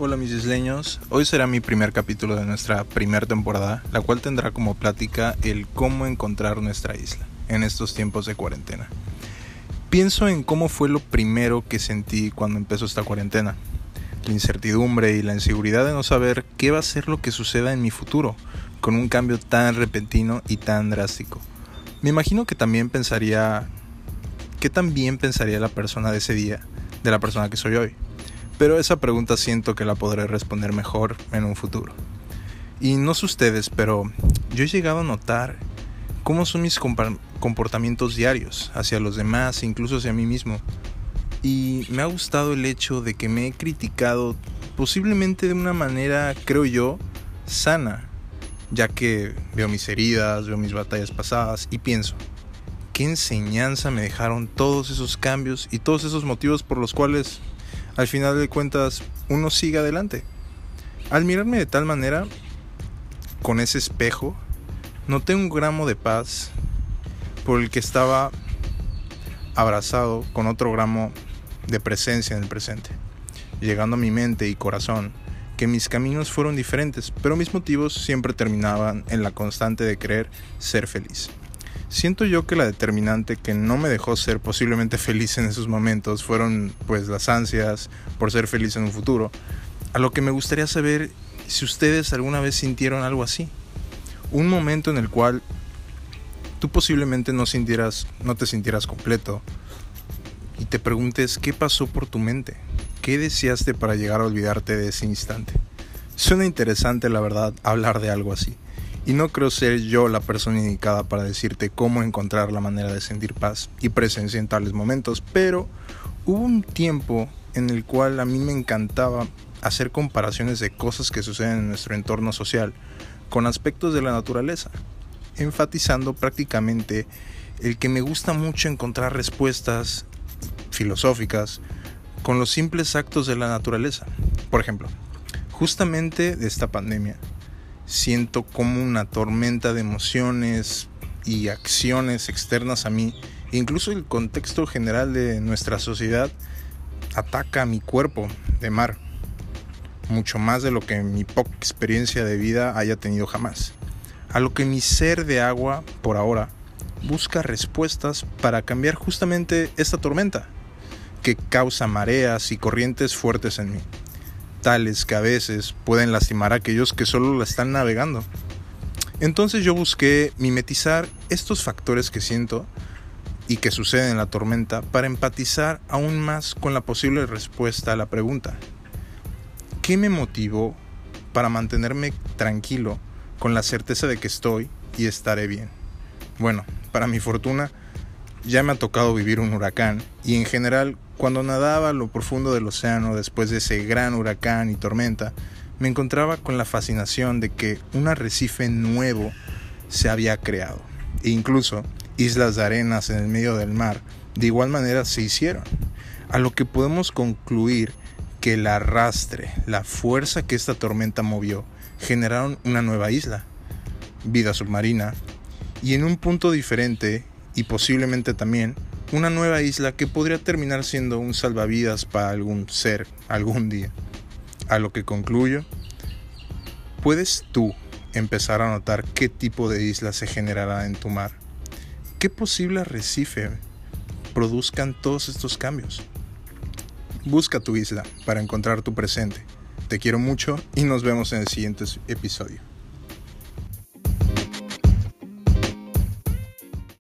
Hola mis isleños, hoy será mi primer capítulo de nuestra primera temporada, la cual tendrá como plática el cómo encontrar nuestra isla en estos tiempos de cuarentena. Pienso en cómo fue lo primero que sentí cuando empezó esta cuarentena, la incertidumbre y la inseguridad de no saber qué va a ser lo que suceda en mi futuro, con un cambio tan repentino y tan drástico. Me imagino que también pensaría, ¿qué también pensaría la persona de ese día, de la persona que soy hoy? Pero esa pregunta siento que la podré responder mejor en un futuro. Y no sé ustedes, pero yo he llegado a notar cómo son mis comportamientos diarios hacia los demás, incluso hacia mí mismo. Y me ha gustado el hecho de que me he criticado posiblemente de una manera, creo yo, sana, ya que veo mis heridas, veo mis batallas pasadas y pienso, ¿qué enseñanza me dejaron todos esos cambios y todos esos motivos por los cuales al final de cuentas uno sigue adelante? Al mirarme de tal manera, con ese espejo, noté un gramo de paz por el que estaba abrazado con otro gramo de presencia en el presente, llegando a mi mente y corazón que mis caminos fueron diferentes, pero mis motivos siempre terminaban en la constante de querer ser feliz. Siento yo que la determinante que no me dejó ser posiblemente feliz en esos momentos fueron pues las ansias por ser feliz en un futuro, a lo que me gustaría saber si ustedes alguna vez sintieron algo así. Un momento en el cual tú posiblemente no te sintieras completo y te preguntes qué pasó por tu mente, qué deseaste para llegar a olvidarte de ese instante. Suena interesante, la verdad, hablar de algo así. Y no creo ser yo la persona indicada para decirte cómo encontrar la manera de sentir paz y presencia en tales momentos, pero hubo un tiempo en el cual a mí me encantaba hacer comparaciones de cosas que suceden en nuestro entorno social con aspectos de la naturaleza, enfatizando prácticamente el que me gusta mucho encontrar respuestas filosóficas con los simples actos de la naturaleza. Por ejemplo, justamente de esta pandemia, siento como una tormenta de emociones y acciones externas a mí, incluso el contexto general de nuestra sociedad, ataca a mi cuerpo de mar, mucho más de lo que mi poca experiencia de vida haya tenido jamás. A lo que mi ser de agua, por ahora, busca respuestas para cambiar justamente esta tormenta, que causa mareas y corrientes fuertes en mí, tales que a veces pueden lastimar a aquellos que solo la están navegando. Entonces yo busqué mimetizar estos factores que siento y que suceden en la tormenta para empatizar aún más con la posible respuesta a la pregunta: ¿qué me motivó para mantenerme tranquilo con la certeza de que estoy y estaré bien? Bueno, para mi fortuna, ya me ha tocado vivir un huracán y en general, cuando nadaba a lo profundo del océano después de ese gran huracán y tormenta, me encontraba con la fascinación de que un arrecife nuevo se había creado. E incluso islas de arenas en el medio del mar de igual manera se hicieron. A lo que podemos concluir que el arrastre, la fuerza que esta tormenta movió, generaron una nueva isla, vida submarina, y en un punto diferente y posiblemente también una nueva isla que podría terminar siendo un salvavidas para algún ser algún día. A lo que concluyo, ¿puedes tú empezar a notar qué tipo de isla se generará en tu mar? ¿Qué posible arrecife produzcan todos estos cambios? Busca tu isla para encontrar tu presente. Te quiero mucho y nos vemos en el siguiente episodio.